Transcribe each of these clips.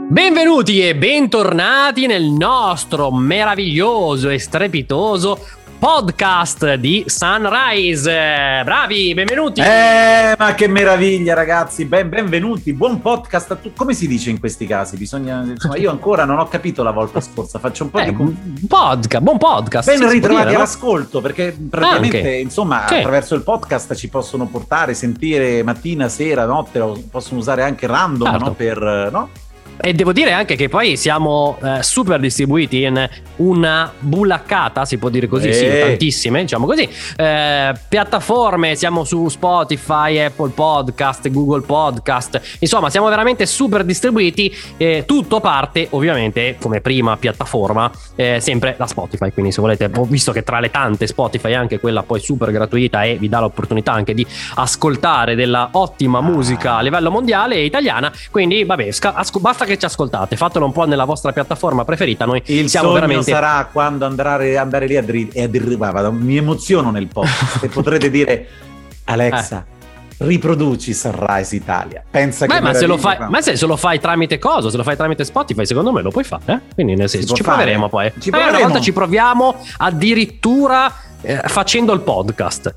Benvenuti e bentornati nel nostro meraviglioso e strepitoso podcast di Sunrise. Bravi, benvenuti. Ma che meraviglia, ragazzi, benvenuti, buon podcast a tutti. Come si dice in questi casi? Bisogna, insomma, io ancora non ho capito la volta scorsa, faccio un po' di buon podcast. Ben ritrovati dire, all'ascolto, perché praticamente, insomma, attraverso il podcast ci possono portare, sentire mattina, sera, notte, lo possono usare anche random, certo. No? Per, no? E devo dire anche che poi siamo super distribuiti in una bullaccata, si può dire così, sì, tantissime, diciamo così, piattaforme, siamo su Spotify, Apple Podcast, Google Podcast, insomma siamo veramente super distribuiti, tutto parte ovviamente come prima piattaforma sempre da Spotify, quindi se volete, ho visto che tra le tante Spotify è anche quella poi super gratuita e vi dà l'opportunità anche di ascoltare della ottima musica a livello mondiale e italiana, quindi vabbè, basta che ci ascoltate, fatelo un po' nella vostra piattaforma preferita. Noi il siamo sogno veramente sarà quando andare lì e mi emoziono nel podcast e potrete dire Alexa riproduci Sunrise Italia. Pensa che ma se lo fai tramite cosa? Se lo fai tramite Spotify, secondo me lo puoi fare, Quindi nel senso ci proveremo poi. Una volta ci proviamo addirittura facendo il podcast.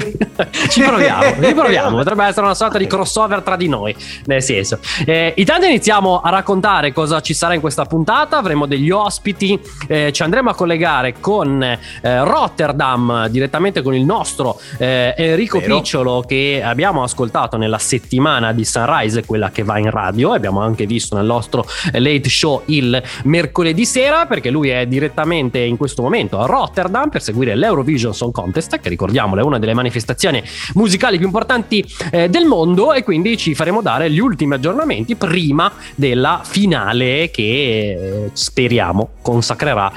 ci proviamo, potrebbe essere una sorta di crossover tra di noi, nel senso, intanto iniziamo a raccontare cosa ci sarà in questa puntata. Avremo degli ospiti, ci andremo a collegare con Rotterdam, direttamente con il nostro Enrico Picciolo, che abbiamo ascoltato nella settimana di Sunrise, quella che va in radio, abbiamo anche visto nel nostro late show il mercoledì sera, perché lui è direttamente in questo momento a Rotterdam per seguire l'Eurovision Song Contest, che ricordiamolo è una delle manifestazioni musicali più importanti del mondo, e quindi ci faremo dare gli ultimi aggiornamenti prima della finale che speriamo consacrerà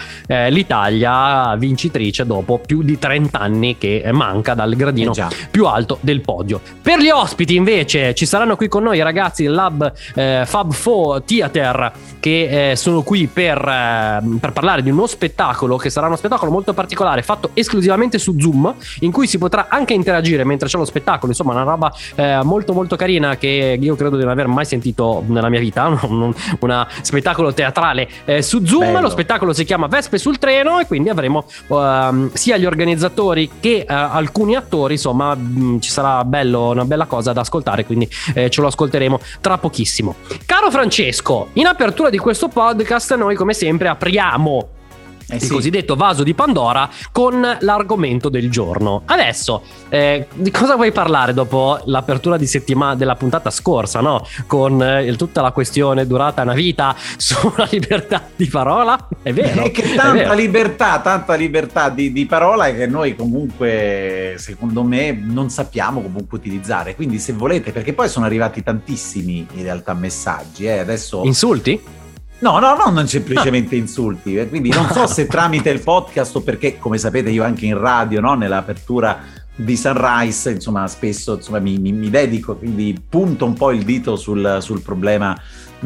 l'Italia vincitrice dopo più di 30 anni che manca dal gradino più alto del podio. Per gli ospiti invece ci saranno qui con noi i ragazzi del Lab Fab Four Theater, che sono qui per parlare di uno spettacolo che sarà uno spettacolo molto particolare, fatto esclusivamente su Zoom, in cui si potrà anche interagire mentre c'è lo spettacolo. Insomma, una roba molto molto carina che io credo di non aver mai sentito nella mia vita, una spettacolo teatrale su Zoom. Bello. Lo spettacolo si chiama Vespe sul treno, e quindi avremo sia gli organizzatori che alcuni attori. Insomma, ci sarà una bella cosa da ascoltare, quindi ce lo ascolteremo tra pochissimo. Caro Francesco, in apertura di questo podcast noi come sempre apriamo il cosiddetto vaso di Pandora con l'argomento del giorno. Adesso di cosa vuoi parlare dopo l'apertura di settimana della puntata scorsa, no? Con tutta la questione durata una vita sulla libertà di parola? È vero. Che tanta libertà di parola che noi comunque, secondo me, non sappiamo comunque utilizzare. Quindi se volete, perché poi sono arrivati tantissimi in realtà messaggi, adesso. Insulti? No, non semplicemente insulti, quindi non so se tramite il podcast o perché, come sapete, io anche in radio, no, nell'apertura di Sunrise, insomma, spesso mi dedico, quindi punto un po' il dito sul problema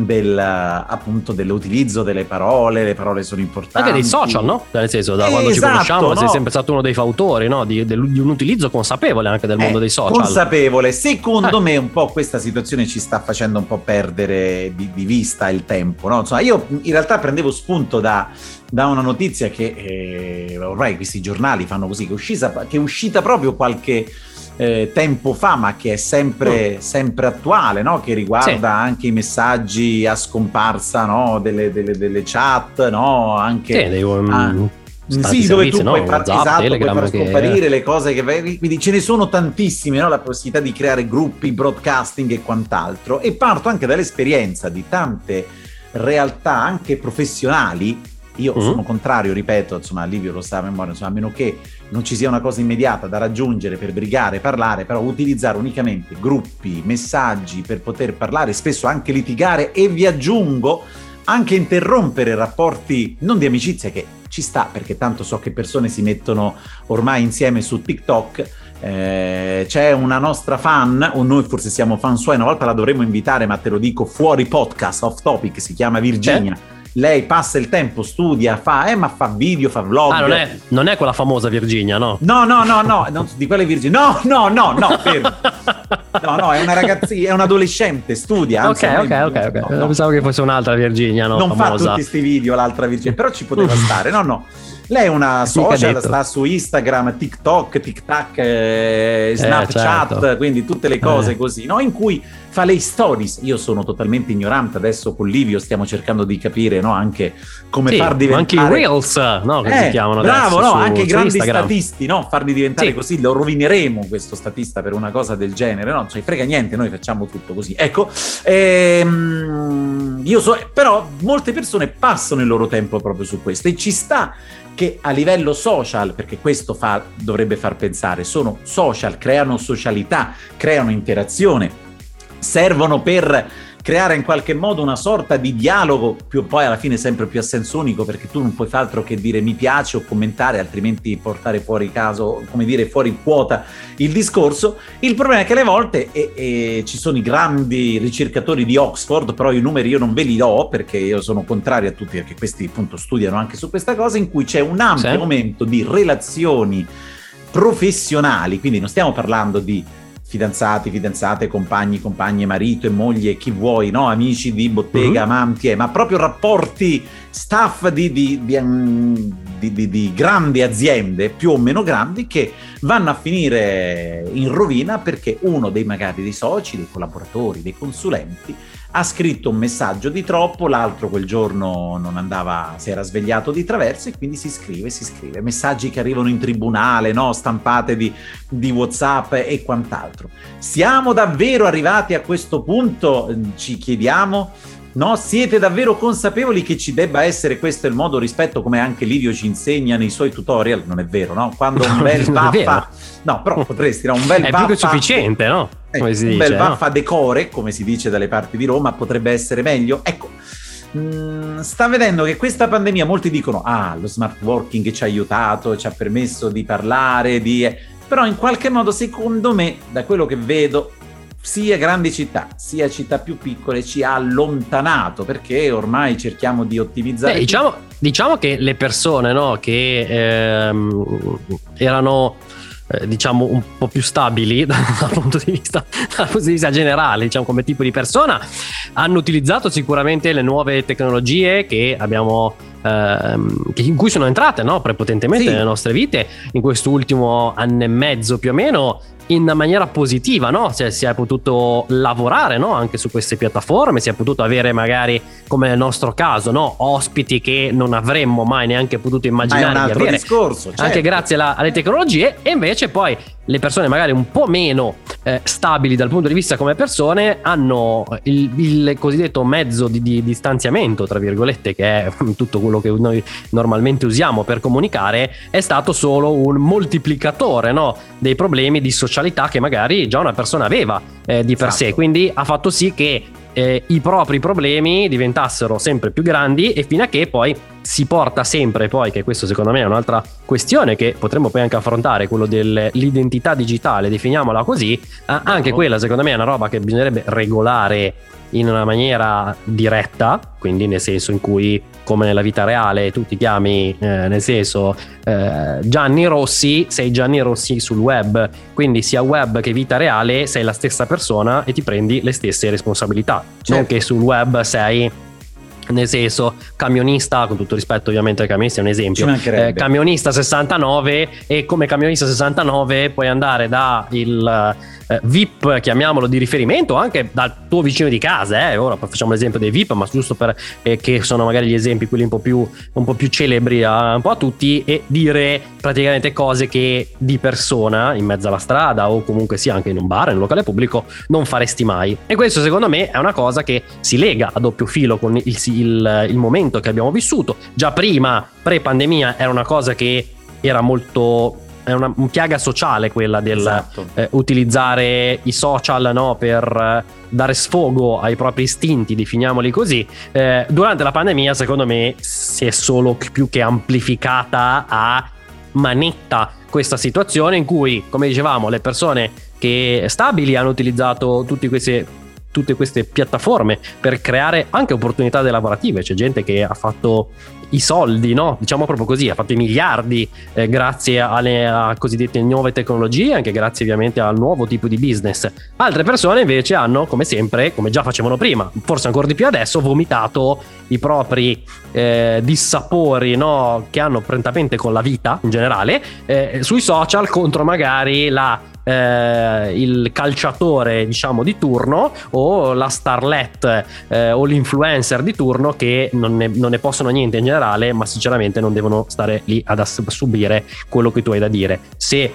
appunto dell'utilizzo delle parole. Le parole sono importanti. Anche dei social, no? Nel senso, da quando ci conosciamo, sei sempre stato uno dei fautori, no? Di un utilizzo consapevole anche del mondo dei social. Consapevole. Secondo me un po' questa situazione ci sta facendo un po' perdere di vista il tempo, no? Insomma, io in realtà prendevo spunto da una notizia che ormai questi giornali fanno così, che è uscita proprio qualche tempo fa, ma che è sempre attuale, no? Che riguarda anche i messaggi a scomparsa, no? delle chat, no? Anche dove tu puoi far scomparire le cose quindi ce ne sono tantissime, no? La possibilità di creare gruppi, broadcasting e quant'altro. E parto anche dall'esperienza di tante realtà anche professionali. Io sono contrario, ripeto, insomma, Livio lo sa a memoria, insomma, a meno che non ci sia una cosa immediata da raggiungere per brigare, parlare, però utilizzare unicamente gruppi, messaggi per poter parlare, spesso anche litigare, e vi aggiungo anche interrompere rapporti non di amicizia, che ci sta, perché tanto so che persone si mettono ormai insieme su TikTok. C'è una nostra fan, o noi forse siamo fan sua, una volta la dovremmo invitare, ma te lo dico fuori podcast, off topic, si chiama Virginia. lei passa il tempo, studia, ma fa video, fa vlog. Non è quella famosa Virginia, no? No, non, di quelle Virginia. No, fermo. No, è una ragazzina, è un adolescente, studia. Anzi, ok. No. Pensavo che fosse un'altra Virginia, no? Non famosa. Fa tutti questi video, l'altra Virginia, però ci poteva stare, no. Lei è una social, sta su Instagram, TikTok, Snapchat, certo. Quindi tutte le cose così, no? In cui fa le stories. Io sono totalmente ignorante, adesso con Livio stiamo cercando di capire, no? Anche come far diventare... anche i Reels, no? Che si chiamano bravo, adesso, anche i grandi Instagram. statisti, no? Farli diventare così, lo rovineremo questo statista per una cosa del genere, no? Cioè frega niente, noi facciamo tutto così. Ecco, però molte persone passano il loro tempo proprio su questo, e ci sta che a livello social, perché questo dovrebbe far pensare, sono social, creano socialità, creano interazione, servono per creare in qualche modo una sorta di dialogo, poi alla fine sempre più a senso unico, perché tu non puoi fare altro che dire mi piace o commentare, altrimenti portare fuori caso, fuori quota il discorso. Il problema è che alle volte ci sono i grandi ricercatori di Oxford, però i numeri io non ve li do perché io sono contrario a tutti, perché questi appunto studiano anche su questa cosa, in cui c'è un ampio aumento di relazioni professionali, quindi non stiamo parlando di fidanzati, fidanzate, compagni, compagne, marito e moglie, chi vuoi, no? Amici di bottega, amanti, ma proprio rapporti staff di grandi aziende, più o meno grandi, che vanno a finire in rovina perché uno magari dei soci, dei collaboratori, dei consulenti ha scritto un messaggio di troppo, l'altro quel giorno non andava, si era svegliato di traverso, e quindi si scrive, messaggi che arrivano in tribunale, no? Stampate di WhatsApp e quant'altro. Siamo davvero arrivati a questo punto? Ci chiediamo. No, siete davvero consapevoli che ci debba essere questo il modo, rispetto come anche Livio ci insegna nei suoi tutorial? Non è vero, no? Quando un bel vaffa, no, però potresti, no? Un bel è vaffa, più che sufficiente, no? Come si dice, bel vaffa decore, come si dice dalle parti di Roma, potrebbe essere meglio. Ecco, sta vedendo che questa pandemia, molti dicono lo smart working ci ha aiutato, ci ha permesso di parlare, però in qualche modo, secondo me, da quello che vedo, sia grandi città, sia città più piccole, ci ha allontanato, perché ormai cerchiamo di ottimizzare. Diciamo che le persone, no, che erano diciamo un po' più stabili dal punto di vista generale, diciamo, come tipo di persona, hanno utilizzato sicuramente le nuove tecnologie che abbiamo in cui sono entrate, no, prepotentemente nelle nostre vite in quest'ultimo anno e mezzo più o meno, in maniera positiva, no? Cioè, si è potuto lavorare, no? Anche su queste piattaforme, si è potuto avere magari, come nel nostro caso, no? Ospiti che non avremmo mai neanche potuto immaginare di avere, discorso, certo. Anche grazie alle tecnologie. E invece poi le persone magari un po' meno stabili dal punto di vista come persone hanno il cosiddetto mezzo di distanziamento, tra virgolette, che è tutto quello che noi normalmente usiamo per comunicare, è stato solo un moltiplicatore, no? Dei problemi di socialità che magari già una persona aveva di per sé, quindi ha fatto sì che i propri problemi diventassero sempre più grandi, e fino a che poi si porta sempre, poi, che questo secondo me è un'altra questione che potremmo poi anche affrontare, quello dell'identità digitale, definiamola così, anche quella secondo me è una roba che bisognerebbe regolare in una maniera diretta, quindi nel senso in cui, come nella vita reale, tu ti chiami nel senso Gianni Rossi, sei Gianni Rossi sul web, quindi sia web che vita reale sei la stessa persona e ti prendi le stesse responsabilità, non che sul web sei, nel senso, camionista, con tutto rispetto ovviamente ai camionisti, è un esempio, camionista 69, e come camionista 69 puoi andare da il VIP, chiamiamolo, di riferimento, anche dal tuo vicino di casa, ora facciamo l'esempio dei VIP, ma giusto per che sono magari gli esempi quelli un po' più celebri un po' a tutti, e dire praticamente cose che di persona in mezzo alla strada, o comunque sia anche in un bar, in un locale pubblico, non faresti mai. E questo secondo me è una cosa che si lega a doppio filo con il momento che abbiamo vissuto. Già prima, pre-pandemia, era una cosa che era molto, è una piaga sociale, quella del utilizzare i social, no, per dare sfogo ai propri istinti, definiamoli così. Durante la pandemia, secondo me, si è solo più che amplificata a manetta questa situazione, in cui, come dicevamo, le persone che stabili hanno utilizzato tutti questi tutte queste piattaforme per creare anche opportunità lavorative. C'è gente che ha fatto i soldi, no? Diciamo proprio così, ha fatto i miliardi grazie a cosiddette nuove tecnologie, anche grazie ovviamente al nuovo tipo di business. Altre persone invece hanno, come sempre, come già facevano prima, forse ancora di più adesso, vomitato i propri dissapori, no? Che hanno prettamente con la vita in generale sui social contro magari il calciatore, diciamo, di turno, o la starlet o l'influencer di turno, che non ne possono niente in generale, ma sinceramente non devono stare lì ad subire quello che tu hai da dire. Se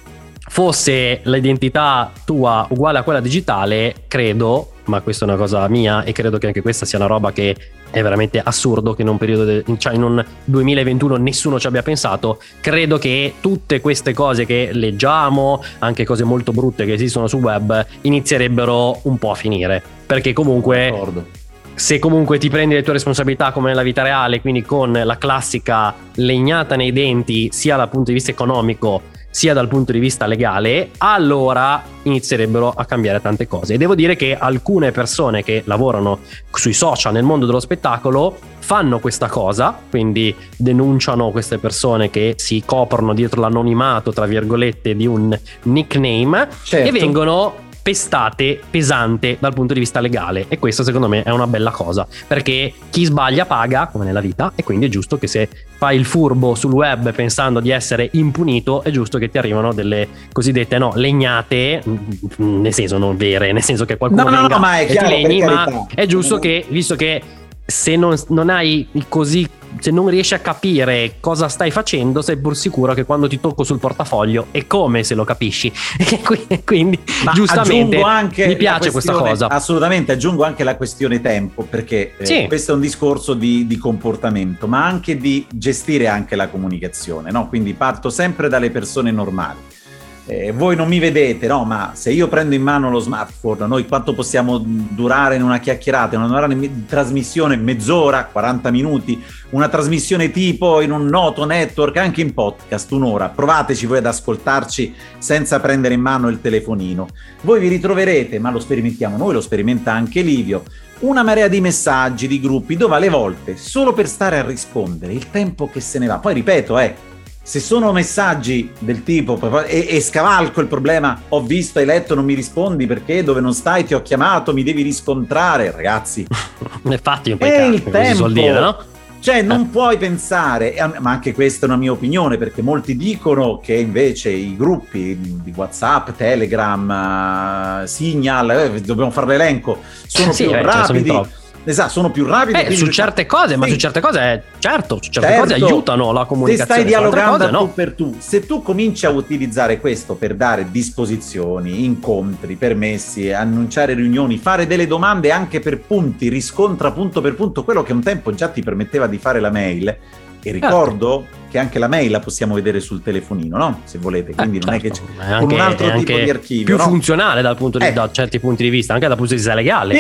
fosse l'identità tua uguale a quella digitale, credo, ma questa è una cosa mia e credo che anche questa sia una roba che è veramente assurdo che in un periodo cioè in un 2021 nessuno ci abbia pensato, credo che tutte queste cose che leggiamo, anche cose molto brutte che esistono sul web, inizierebbero un po' a finire, perché comunque se comunque ti prendi le tue responsabilità come nella vita reale, quindi con la classica legnata nei denti sia dal punto di vista economico sia dal punto di vista legale, allora inizierebbero a cambiare tante cose. E devo dire che alcune persone che lavorano sui social nel mondo dello spettacolo fanno questa cosa, quindi denunciano queste persone che si coprono dietro l'anonimato, tra virgolette, di un nickname, certo, e vengono pestate pesante dal punto di vista legale, e questo secondo me è una bella cosa, perché chi sbaglia paga, come nella vita, e quindi è giusto che se fai il furbo sul web pensando di essere impunito, è giusto che ti arrivano delle cosiddette legnate, nel senso non vere, nel senso che qualcuno venga ma è chiaro, e ti legni, ma è giusto che, visto che se non hai così, se non riesci a capire cosa stai facendo, sei pur sicuro che quando ti tocco sul portafoglio è come se lo capisci. Quindi giustamente mi piace questa cosa. Assolutamente, aggiungo anche la questione tempo, perché sì, questo è un discorso di comportamento, ma anche di gestire anche la comunicazione, no? Quindi parto sempre dalle persone normali. Voi non mi vedete, no? Ma se io prendo in mano lo smartphone, noi quanto possiamo durare in una chiacchierata, in una trasmissione? Mezz'ora, 40 minuti, una trasmissione tipo in un noto network, anche in podcast, un'ora. Provateci voi ad ascoltarci senza prendere in mano il telefonino. Voi vi ritroverete, ma lo sperimentiamo noi, lo sperimenta anche Livio, una marea di messaggi, di gruppi, dove alle volte, solo per stare a rispondere, il tempo che se ne va. Poi ripeto, se sono messaggi del tipo e scavalco il problema, ho visto, hai letto, non mi rispondi perché, dove non stai, ti ho chiamato, mi devi riscontrare, ragazzi. Infatti è il tempo, vuol dire, no? Cioè non puoi pensare, ma anche questa è una mia opinione, perché molti dicono che invece i gruppi di WhatsApp, Telegram, Signal, dobbiamo fare l'elenco, sono più rapidi. Esatto, sono più rapidi su certe cose, sì, ma su certe cose certo, cose aiutano la comunicazione. Se stai dialogando cose, tu per tu, se tu cominci a utilizzare questo per dare disposizioni, incontri, permessi, annunciare riunioni, fare delle domande anche per punti, riscontra punto per punto quello che un tempo già ti permetteva di fare la mail. E ricordo che anche la mail la possiamo vedere sul telefonino, no? Se volete, quindi non è che c'è con un altro tipo di archivio, più funzionale dal punto da certi punti di vista, anche dal punto di vista legale.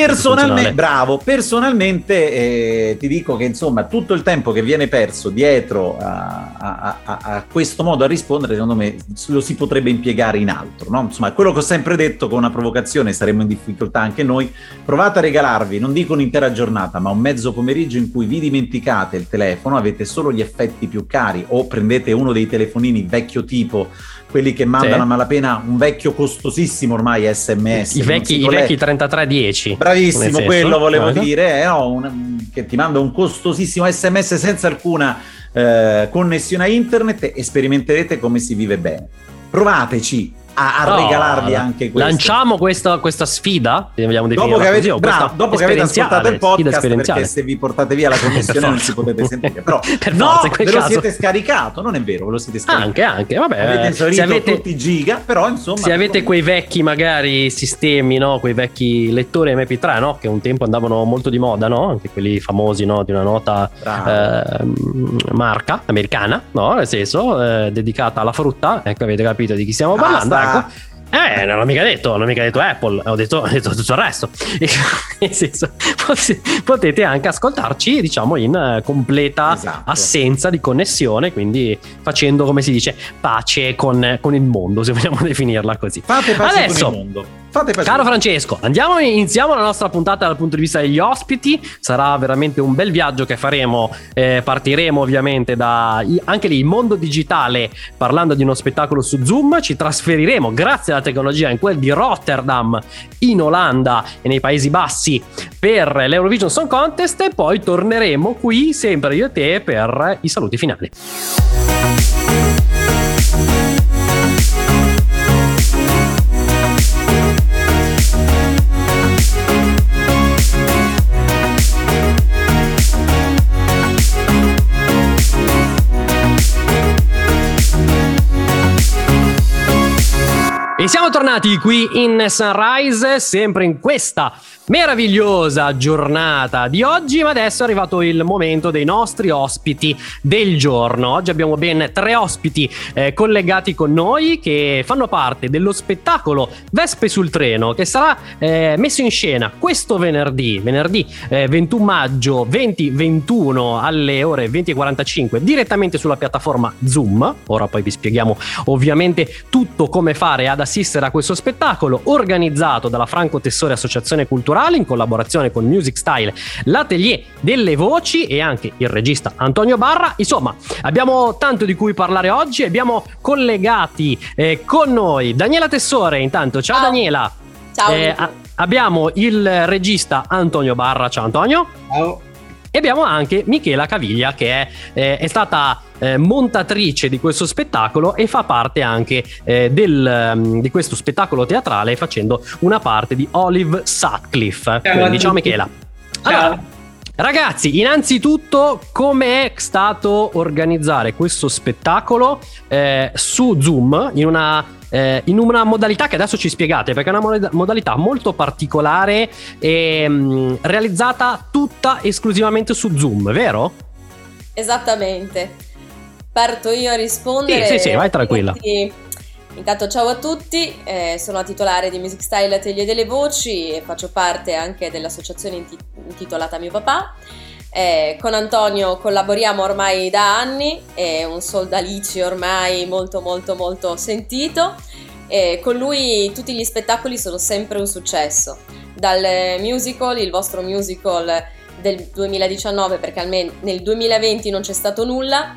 Personalmente ti dico che insomma tutto il tempo che viene perso dietro a questo modo a rispondere, secondo me lo si potrebbe impiegare in altro, no? Insomma, quello che ho sempre detto, con una provocazione, saremmo in difficoltà anche noi, provate a regalarvi non dico un'intera giornata, ma un mezzo pomeriggio in cui vi dimenticate il telefono, avete solo gli effetti più cari, o prendete uno dei telefonini vecchio tipo, quelli che mandano a malapena un vecchio costosissimo ormai SMS, i vecchi 3310, bravissimo, quello volevo dire, che ti manda un costosissimo SMS senza alcuna connessione a internet, e sperimenterete come si vive bene. Provateci a regalarvi anche questo. Lanciamo questa sfida, vogliamo dopo che avete, dopo che avete ascoltato il podcast, perché se vi portate via la connessione non si potete sentire, però ve lo siete scaricato, non è vero, ve lo siete scaricato anche vabbè, avete inserito tutti i giga, però insomma se avete quei vecchi magari sistemi, no, quei vecchi lettori MP3, no, che un tempo andavano molto di moda, no, anche quelli famosi, no, di una nota marca americana, no, nel senso dedicata alla frutta, ecco, avete capito di chi stiamo parlando. Non l'ho mica detto Apple, ho detto tutto il resto. Nel senso, potete anche ascoltarci, diciamo, in completa assenza di connessione, quindi facendo, come si dice, pace con il mondo, se vogliamo definirla così. Fate pace con il mondo. Fate pace. Caro Francesco, iniziamo la nostra puntata dal punto di vista degli ospiti. Sarà veramente un bel viaggio che faremo. Partiremo ovviamente da anche lì il mondo digitale, parlando di uno spettacolo su Zoom. Ci trasferiremo grazie alla tecnologia in quel di Rotterdam, in Olanda e nei Paesi Bassi, per l'Eurovision Song Contest, e poi torneremo qui sempre io e te per i saluti finali. E siamo tornati qui in Sunrise, sempre in questa meravigliosa giornata di oggi, ma adesso è arrivato il momento dei nostri ospiti del giorno. Oggi abbiamo ben 3 ospiti collegati con noi, che fanno parte dello spettacolo Vespe sul treno, che sarà messo in scena questo venerdì 21 maggio 2021 alle ore 20:45 direttamente sulla piattaforma Zoom. Ora poi vi spieghiamo ovviamente tutto, come fare ad assistere a questo spettacolo, organizzato dalla Franco Tessore Associazione Culturale in collaborazione con Music Style, l'Atelier delle Voci e anche il regista Antonio Barra. Insomma, abbiamo tanto di cui parlare oggi. Abbiamo collegati con noi Daniela Tessore. Intanto, ciao Daniela. Ciao. Abbiamo il regista Antonio Barra. Ciao Antonio. Ciao. E abbiamo anche Michela Caviglia, che è stata montatrice di questo spettacolo e fa parte anche di questo spettacolo teatrale, facendo una parte di Olive Sutcliffe. Quindi, ciao Michela. Ciao. Allora, ragazzi, innanzitutto, come è stato organizzare questo spettacolo su Zoom in una modalità che adesso ci spiegate, perché è una modalità molto particolare e realizzata tutta esclusivamente su Zoom, vero? Esattamente. Parto io a rispondere. Sì, vai tranquilla. Intanto ciao a tutti, sono la titolare di Music Style Atelier delle Voci e faccio parte anche dell'associazione intitolata Mio Papà. Con Antonio collaboriamo ormai da anni, è un soldalizio ormai molto molto molto sentito. Con lui tutti gli spettacoli sono sempre un successo, dal musical, il vostro musical del 2019, perché almeno nel 2020 non c'è stato nulla,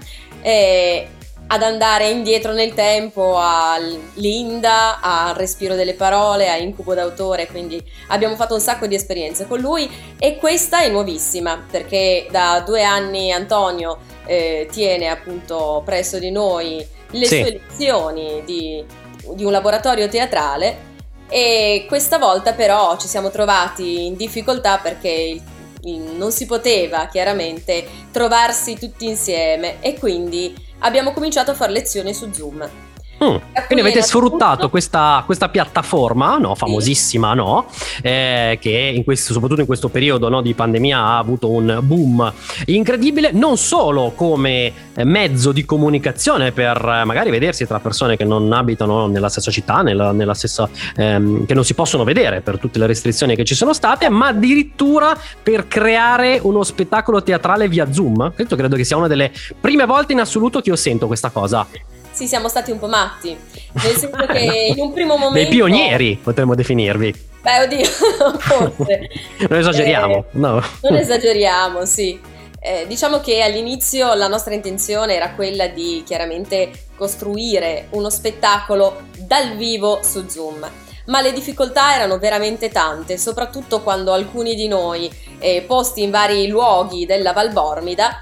ad andare indietro nel tempo a Linda, a Respiro delle parole, a Incubo d'autore. Quindi abbiamo fatto un sacco di esperienze con lui e questa è nuovissima, perché da 2 anni Antonio tiene appunto presso di noi le sue lezioni di un laboratorio teatrale, e questa volta però ci siamo trovati in difficoltà perché non si poteva chiaramente trovarsi tutti insieme, e quindi abbiamo cominciato a fare lezioni su Zoom. Quindi avete sfruttato questa piattaforma, no, famosissima, no? Che soprattutto in questo periodo, no, di pandemia ha avuto un boom incredibile, non solo come mezzo di comunicazione per magari vedersi tra persone che non abitano nella stessa città, nella stessa che non si possono vedere per tutte le restrizioni che ci sono state, ma addirittura per creare uno spettacolo teatrale via Zoom. Questo credo che sia una delle prime volte in assoluto che io sento questa cosa. Sì, siamo stati un po' matti, nel senso che in un primo momento... Dei pionieri, potremmo definirvi. Beh, oddio, forse. Non esageriamo, no? Non esageriamo, sì. Diciamo che all'inizio la nostra intenzione era quella di chiaramente costruire uno spettacolo dal vivo su Zoom, ma le difficoltà erano veramente tante, soprattutto quando alcuni di noi, posti in vari luoghi della Valbormida,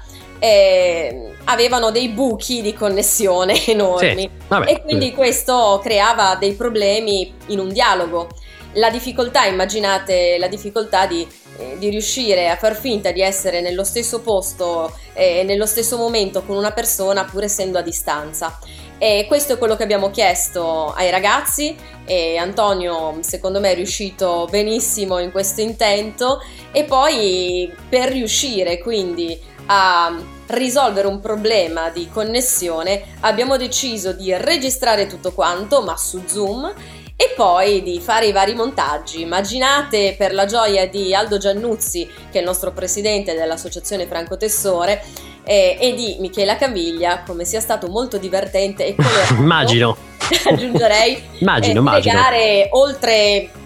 avevano dei buchi di connessione enormi, e quindi questo creava dei problemi in un dialogo. La difficoltà, immaginate la difficoltà di riuscire a far finta di essere nello stesso posto e nello stesso momento con una persona, pur essendo a distanza. E questo è quello che abbiamo chiesto ai ragazzi, e Antonio secondo me è riuscito benissimo in questo intento. E poi, per riuscire quindi a risolvere un problema di connessione, abbiamo deciso di registrare tutto quanto, ma su Zoom, e poi di fare i vari montaggi. Immaginate, per la gioia di Aldo Giannuzzi, che è il nostro presidente dell'associazione Franco Tessore, e di Michela Caviglia, come sia stato molto divertente e colerato. Immagino. Aggiungerei. Immagino. Legare oltre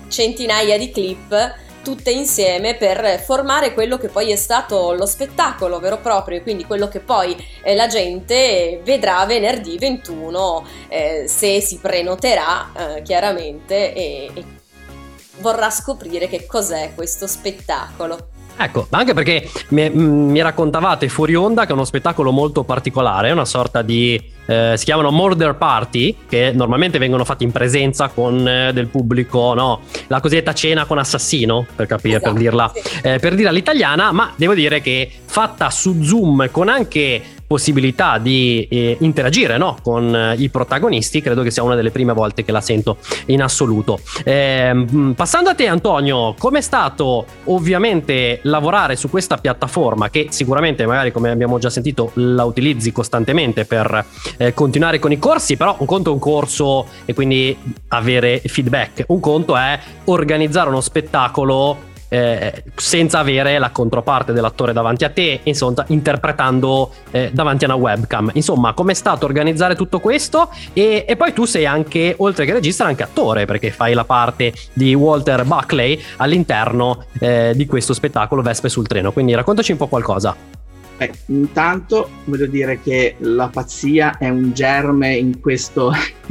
centinaia di clip tutte insieme per formare quello che poi è stato lo spettacolo vero e proprio, quindi quello che poi la gente vedrà venerdì 21 se si prenoterà chiaramente e vorrà scoprire che cos'è questo spettacolo. Ecco, anche perché mi raccontavate fuori onda che è uno spettacolo molto particolare, una sorta di si chiamano murder party, che normalmente vengono fatti in presenza con del pubblico, no? La cosiddetta cena con assassino, per capire, esatto, per dirla all'italiana, ma devo dire che fatta su Zoom con anche possibilità di interagire, no? Con i protagonisti, credo che sia una delle prime volte che la sento in assoluto. Passando a te, Antonio, com'è stato ovviamente lavorare su questa piattaforma che sicuramente magari, come abbiamo già sentito, la utilizzi costantemente per continuare con i corsi, però un conto è un corso e quindi avere feedback, un conto è organizzare uno spettacolo senza avere la controparte dell'attore davanti a te, insomma, interpretando davanti a una webcam. Insomma, com'è stato organizzare tutto questo? E poi tu sei anche, oltre che regista, anche attore, perché fai la parte di Walter Buckley all'interno di questo spettacolo Vespe sul treno, quindi raccontaci un po' qualcosa. Intanto voglio dire che la pazzia è un germe in questo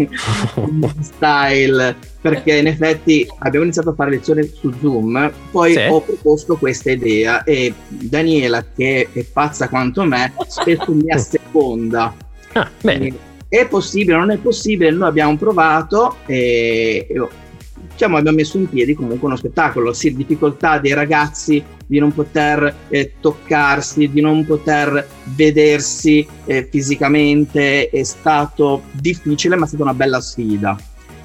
style, perché in effetti abbiamo iniziato a fare lezioni su Zoom, poi sì, ho proposto questa idea e Daniela, che è pazza quanto me, spesso mi asseconda. Bene. È possibile, non è possibile, noi abbiamo provato e diciamo abbiamo messo in piedi comunque uno spettacolo. Sì, difficoltà dei ragazzi di non poter toccarsi, di non poter vedersi fisicamente è stato difficile, ma è stata una bella sfida.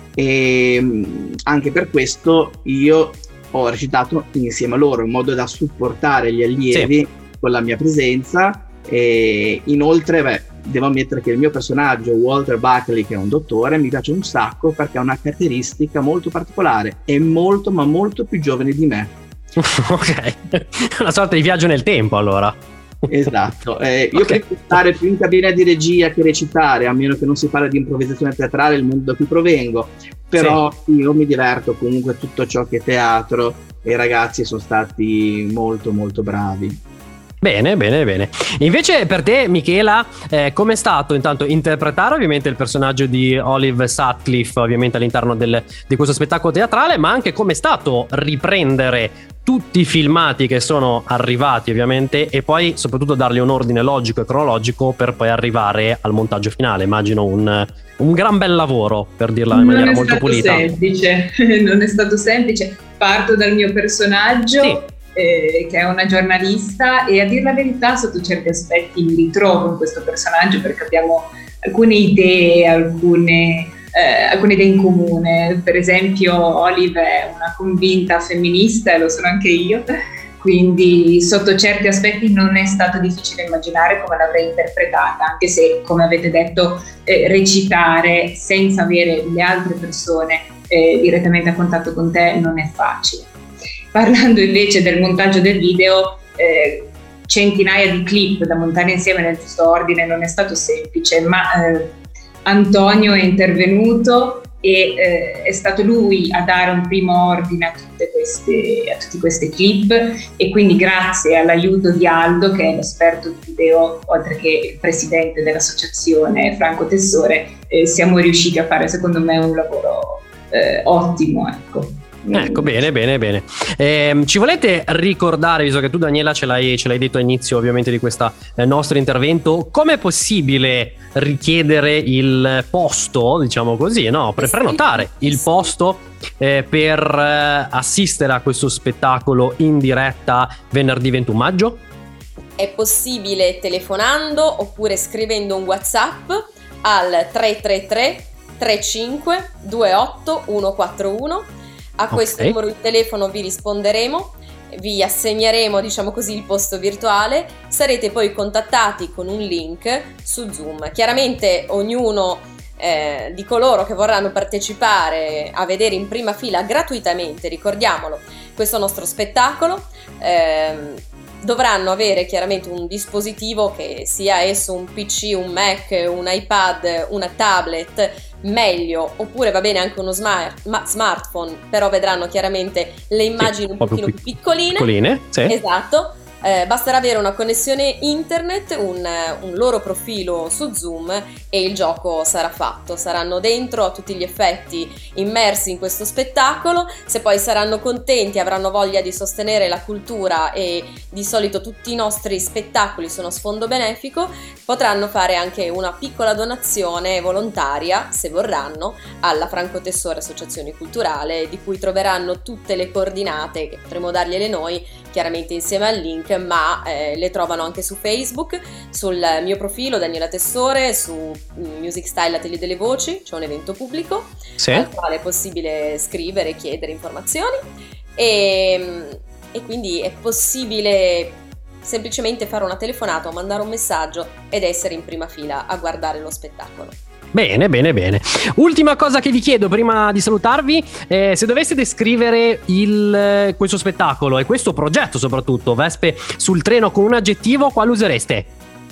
E anche per questo io ho recitato insieme a loro in modo da supportare gli allievi, sì, con la mia presenza. E inoltre devo ammettere che il mio personaggio Walter Buckley, che è un dottore, mi piace un sacco perché ha una caratteristica molto particolare, è molto ma molto più giovane di me. Ok, una sorta di viaggio nel tempo allora. Esatto, io preferisco stare più in cabina di regia che recitare, a meno che non si parli di improvvisazione teatrale, il mondo da cui provengo, però sì, io mi diverto comunque tutto ciò che è teatro e i ragazzi sono stati molto molto bravi. Bene, bene, bene. Invece per te, Michela, com'è stato intanto interpretare ovviamente il personaggio di Olive Sutcliffe ovviamente all'interno di questo spettacolo teatrale, ma anche com'è stato riprendere tutti i filmati che sono arrivati ovviamente e poi soprattutto dargli un ordine logico e cronologico per poi arrivare al montaggio finale. Immagino un gran bel lavoro, per dirla in maniera molto pulita. Non è stato semplice. Parto dal mio personaggio, sì, che è una giornalista, e a dir la verità sotto certi aspetti mi ritrovo in questo personaggio perché abbiamo alcune idee, alcune idee in comune. Per esempio Olive è una convinta femminista e lo sono anche io, quindi sotto certi aspetti non è stato difficile immaginare come l'avrei interpretata, anche se, come avete detto, recitare senza avere le altre persone direttamente a contatto con te non è facile. Parlando invece del montaggio del video, centinaia di clip da montare insieme nel giusto ordine non è stato semplice, ma Antonio è intervenuto e è stato lui a dare un primo ordine a tutti questi clip, e quindi grazie all'aiuto di Aldo, che è l'esperto di video, oltre che il presidente dell'associazione Franco Tessore, siamo riusciti a fare secondo me un lavoro ottimo, ecco. Ecco, bene, bene, bene. Ci volete ricordare, visto che tu, Daniela, ce l'hai detto all'inizio ovviamente di questo nostro intervento, com'è possibile richiedere il posto, diciamo così, no? Per prenotare il posto per assistere a questo spettacolo in diretta venerdì 21 maggio? È possibile telefonando oppure scrivendo un WhatsApp al 333 35 28 141. A questo numero di telefono vi risponderemo, vi assegneremo, diciamo così, il posto virtuale, sarete poi contattati con un link su Zoom. Chiaramente ognuno di coloro che vorranno partecipare a vedere in prima fila gratuitamente, ricordiamolo, questo nostro spettacolo, dovranno avere chiaramente un dispositivo, che sia esso un PC, un Mac, un iPad, una tablet, meglio, oppure va bene anche uno smartphone, però vedranno chiaramente le immagini un pochino più piccoline. Sì. Esatto. Basterà avere una connessione internet, un loro profilo su Zoom e il gioco sarà fatto. Saranno dentro a tutti gli effetti, immersi in questo spettacolo. Se poi saranno contenti, avranno voglia di sostenere la cultura, e di solito tutti i nostri spettacoli sono a sfondo benefico, potranno fare anche una piccola donazione volontaria, se vorranno, alla Franco Tessore Associazione Culturale, di cui troveranno tutte le coordinate, che potremo dargliele noi chiaramente insieme al link, ma le trovano anche su Facebook, sul mio profilo Daniela Tessore, su Music Style Atelier delle Voci, c'è un evento pubblico al quale è possibile scrivere e chiedere informazioni, e quindi è possibile semplicemente fare una telefonata o mandare un messaggio ed essere in prima fila a guardare lo spettacolo. Bene. Ultima cosa che vi chiedo prima di salutarvi, se doveste descrivere questo spettacolo e questo progetto, soprattutto Vespe sul treno, con un aggettivo, quale usereste?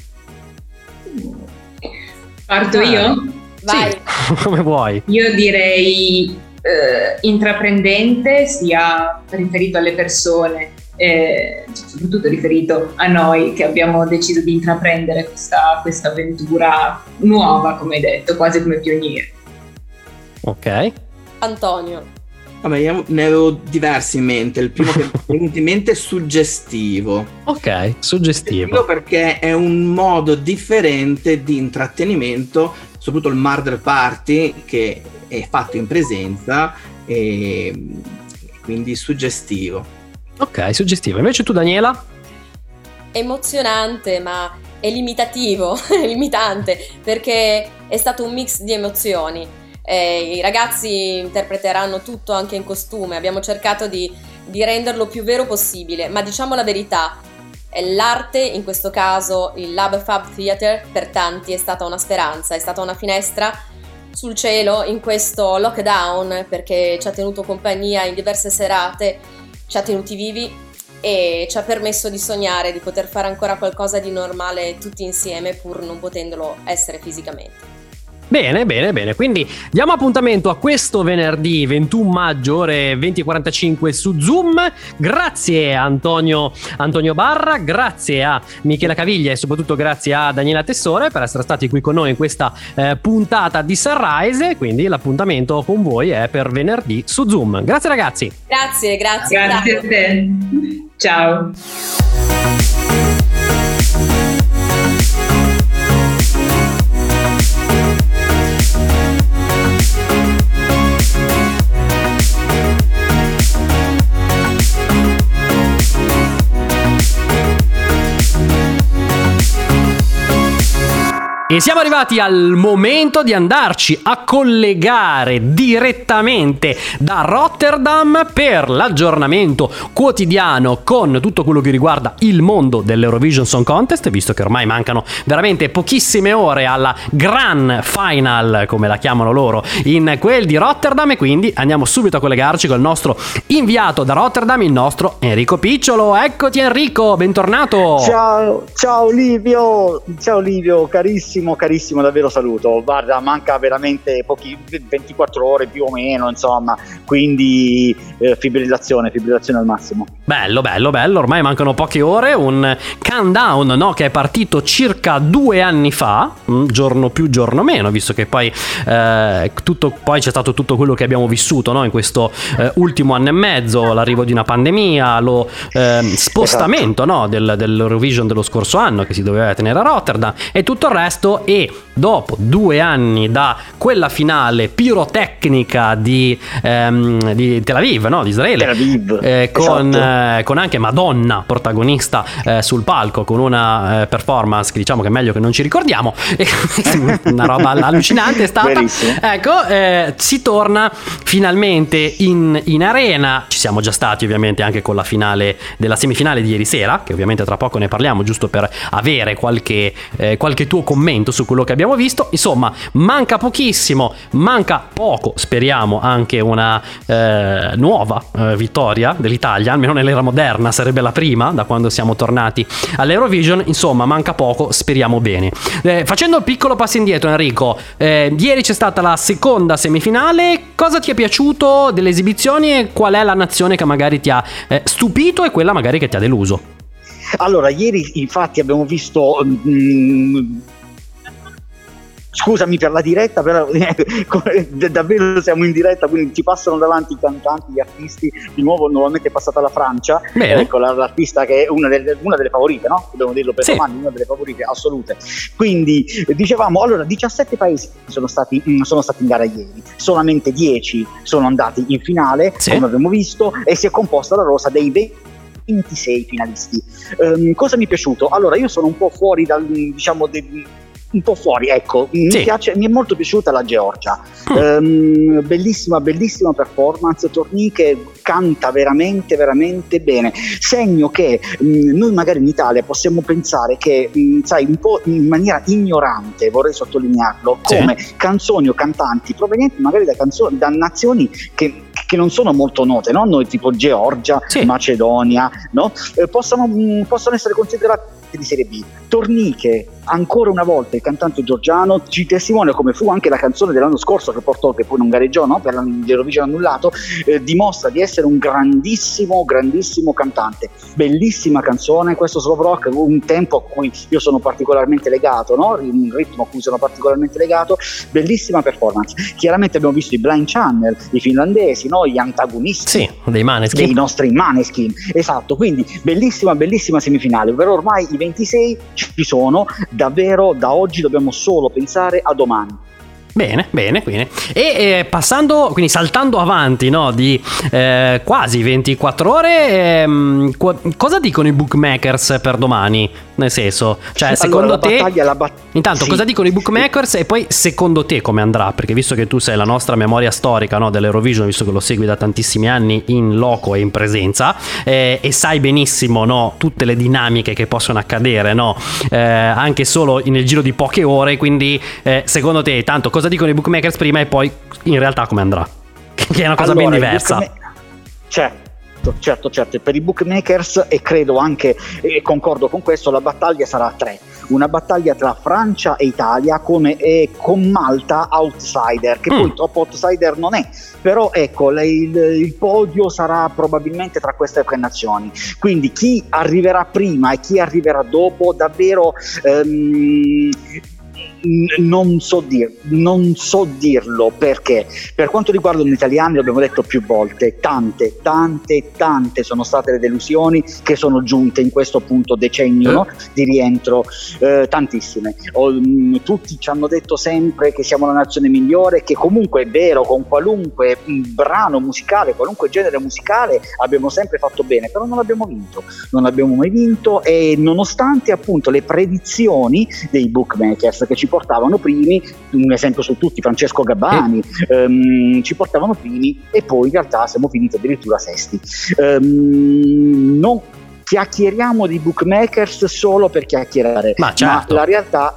Parto io? Vai. Sì, come vuoi. Io direi intraprendente, sia riferito alle persone, soprattutto riferito a noi che abbiamo deciso di intraprendere questa avventura nuova, come hai detto, quasi come pionieri. Ok. Antonio. Vabbè, io ne avevo diversi in mente. Il primo che mi è venuto in mente è suggestivo. Ok, suggestivo. Perché è un modo differente di intrattenimento, soprattutto il murder party, che è fatto in presenza, e quindi suggestivo. Ok, suggestivo. Invece tu, Daniela? Emozionante, ma è limitativo, è limitante, perché è stato un mix di emozioni. I ragazzi interpreteranno tutto anche in costume, abbiamo cercato di renderlo più vero possibile, ma diciamo la verità, l'arte, in questo caso il Lab Fab Theater, per tanti è stata una speranza, è stata una finestra sul cielo in questo lockdown, perché ci ha tenuto compagnia in diverse serate, ci ha tenuti vivi e ci ha permesso di sognare, di poter fare ancora qualcosa di normale tutti insieme, pur non potendolo essere fisicamente. Bene, quindi diamo appuntamento a questo venerdì 21 maggio ore 20:45 su Zoom. Grazie a Antonio Barra, grazie a Michela Caviglia e soprattutto grazie a Daniela Tessore per essere stati qui con noi in questa puntata di Sunrise. Quindi l'appuntamento con voi è per venerdì su Zoom. Grazie ragazzi. Grazie a te. Ciao. E siamo arrivati al momento di andarci a collegare direttamente da Rotterdam per l'aggiornamento quotidiano con tutto quello che riguarda il mondo dell'Eurovision Song Contest, visto che ormai mancano veramente pochissime ore alla Grand Final, come la chiamano loro, in quel di Rotterdam, e quindi andiamo subito a collegarci con il nostro inviato da Rotterdam, il nostro Enrico Picciolo. Eccoti Enrico, bentornato. Ciao Livio, carissimo, davvero saluto. Guarda, manca veramente 24 ore più o meno, insomma, quindi fibrillazione al massimo. Bello, ormai mancano poche ore, un countdown, no, che è partito circa 2 anni fa, giorno più giorno meno, visto che poi poi c'è stato tutto quello che abbiamo vissuto, no, in questo ultimo anno e mezzo, l'arrivo di una pandemia, lo spostamento, esatto, no, dell'Eurovision dello scorso anno che si doveva tenere a Rotterdam e tutto il resto. E dopo 2 anni da quella finale pirotecnica di Tel Aviv, no, di Israele, esatto, con anche Madonna protagonista sul palco, con una performance che diciamo che è meglio che non ci ricordiamo, una roba allucinante è stata. Verissimo. Ecco, si torna finalmente in arena. Ci siamo già stati ovviamente anche con la finale della semifinale di ieri sera, che ovviamente tra poco ne parliamo, giusto per avere qualche tuo commento commento su quello che abbiamo visto. Insomma, manca pochissimo, manca poco, speriamo anche una nuova vittoria dell'Italia, almeno nell'era moderna, sarebbe la prima da quando siamo tornati all'Eurovision. Insomma, manca poco, speriamo bene. Facendo il piccolo passo indietro, Enrico, ieri c'è stata la seconda semifinale. Cosa ti è piaciuto delle esibizioni e qual è la nazione che magari ti ha stupito e quella magari che ti ha deluso? Allora, ieri infatti abbiamo visto scusami per la diretta, però davvero siamo in diretta, quindi ci passano davanti i cantanti, gli artisti. Di nuovo nuovamente è passata la Francia. Bene. Ecco, l'artista che è una delle favorite, no? Dobbiamo dirlo per domani, una delle favorite assolute. Quindi dicevamo, allora 17 paesi sono stati in gara ieri, solamente 10 sono andati in finale, come abbiamo visto, e si è composta la rosa dei 26 finalisti. Cosa mi è piaciuto? Allora, io sono un po' fuori dal, diciamo, un po' fuori, ecco, mi è molto piaciuta la Georgia. Bellissima performance. Torniche canta veramente bene, segno che noi magari in Italia possiamo pensare che sai, un po' in maniera ignorante, vorrei sottolinearlo, come canzoni o cantanti provenienti magari da nazioni che non sono molto note, no? Noi tipo Georgia, Macedonia, no? Possono essere considerati di serie B. Torniche, ancora una volta il cantante georgiano ci testimonia, come fu anche la canzone dell'anno scorso che poi non gareggiò, no? Per l'Eurovision annullato, dimostra di essere un grandissimo cantante. Bellissima canzone, questo slow rock, un tempo a cui io sono particolarmente legato, no? Un ritmo a cui sono particolarmente legato. Bellissima performance. Chiaramente abbiamo visto i Blind Channel, i finlandesi, no? Gli antagonisti dei Maneskin, dei nostri Maneskin, esatto. Quindi bellissima semifinale, ovvero ormai i 26 ci sono, davvero da oggi dobbiamo solo pensare a domani. Bene. E passando, quindi saltando avanti, no, di quasi 24 ore, cosa dicono i bookmakers per domani? Nel senso, cioè, secondo te intanto cosa dicono i bookmakers e poi secondo te come andrà? Perché visto che tu sei la nostra memoria storica, no, dell'Eurovision, visto che lo segui da tantissimi anni in loco e in presenza, e sai benissimo, no, tutte le dinamiche che possono accadere, no, anche solo nel giro di poche ore, quindi secondo te tanto cosa dicono i bookmakers prima e poi in realtà come andrà? Che è una cosa ben diversa. Certo, per i bookmakers, e credo anche, e concordo con questo, la battaglia sarà a 3. Una battaglia tra Francia e Italia, e con Malta outsider, che poi troppo outsider non è, però ecco, il podio sarà probabilmente tra queste 3 nazioni. Quindi chi arriverà prima e chi arriverà dopo, davvero non so dirlo, perché per quanto riguarda gli italiani, l'abbiamo detto più volte, tante sono state le delusioni che sono giunte in questo appunto decennio, no, di rientro, tantissime. Tutti ci hanno detto sempre che siamo la nazione migliore, che comunque è vero, con qualunque brano musicale, qualunque genere musicale abbiamo sempre fatto bene, però non abbiamo mai vinto, e nonostante appunto le predizioni dei bookmakers che ci portavano primi, un esempio su tutti, Francesco Gabbani, ci portavano primi, e poi in realtà siamo finiti addirittura sesti. Non chiacchieriamo di bookmakers solo per chiacchierare, ma la realtà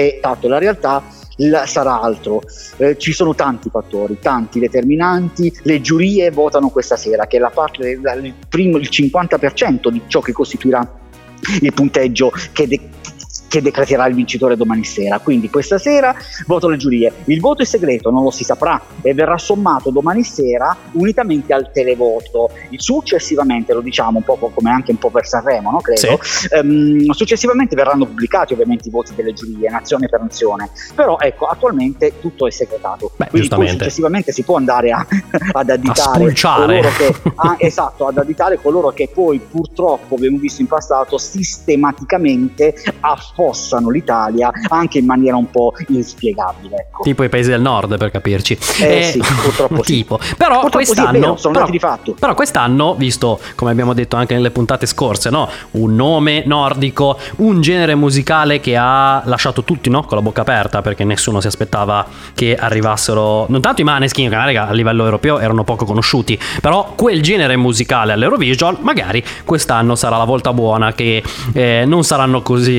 sarà altro. Ci sono tanti fattori, tanti determinanti. Le giurie votano questa sera, che è la parte il 50% di ciò che costituirà il punteggio che decreterà il vincitore domani sera. Quindi questa sera voto le giurie. Il voto è segreto, non lo si saprà, e verrà sommato domani sera unitamente al televoto. Successivamente, lo diciamo un po' come anche un po' per Sanremo, no? Credo. Successivamente verranno pubblicati ovviamente i voti delle giurie, nazione per nazione. Però ecco, attualmente tutto è segretato. Quindi poi successivamente si può andare ad additare coloro che ad additare coloro che poi purtroppo abbiamo visto in passato sistematicamente affossano l'Italia anche in maniera un po' inspiegabile, ecco. Tipo i paesi del nord, per capirci. Sì, purtroppo tipo. Però purtroppo quest'anno, sì, è vero, sono dati di fatto. Però quest'anno, visto come abbiamo detto anche nelle puntate scorse, no, un nome nordico, un genere musicale che ha lasciato tutti, no, con la bocca aperta, perché nessuno si aspettava che arrivassero, non tanto i Maneskin, che magari a livello europeo erano poco conosciuti, però quel genere musicale all'Eurovision magari quest'anno sarà la volta buona, che non saranno così cattivi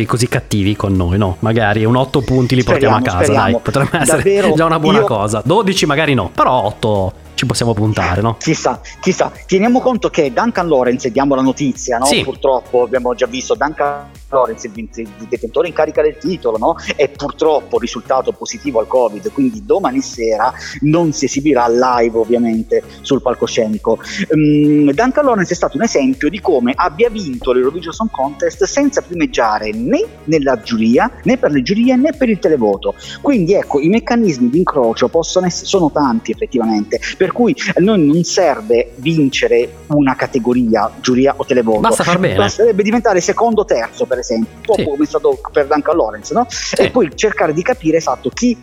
cattivi con noi, no? Magari 8 punti li portiamo a casa, dai, potrebbe essere davvero già una buona cosa. 12 magari no, però 8 ci possiamo puntare, no? Chissà. Teniamo conto che Duncan Lawrence, diamo la notizia, no? Sì. Purtroppo abbiamo già visto Duncan Lawrence, il detentore in carica del titolo, no? È purtroppo risultato positivo al Covid, quindi domani sera non si esibirà live ovviamente sul palcoscenico. Duncan Lawrence è stato un esempio di come abbia vinto l'Eurovision Song Contest senza primeggiare né nella giuria, né per le giurie, né per il televoto. Quindi ecco, i meccanismi di incrocio sono tanti effettivamente, per cui a noi non serve vincere una categoria, giuria o televoto, basta far bene, basterebbe diventare secondo o terzo, per esempio, un po' come è stato per Duncan Lawrence, no? Sì. E poi cercare di capire esatto chi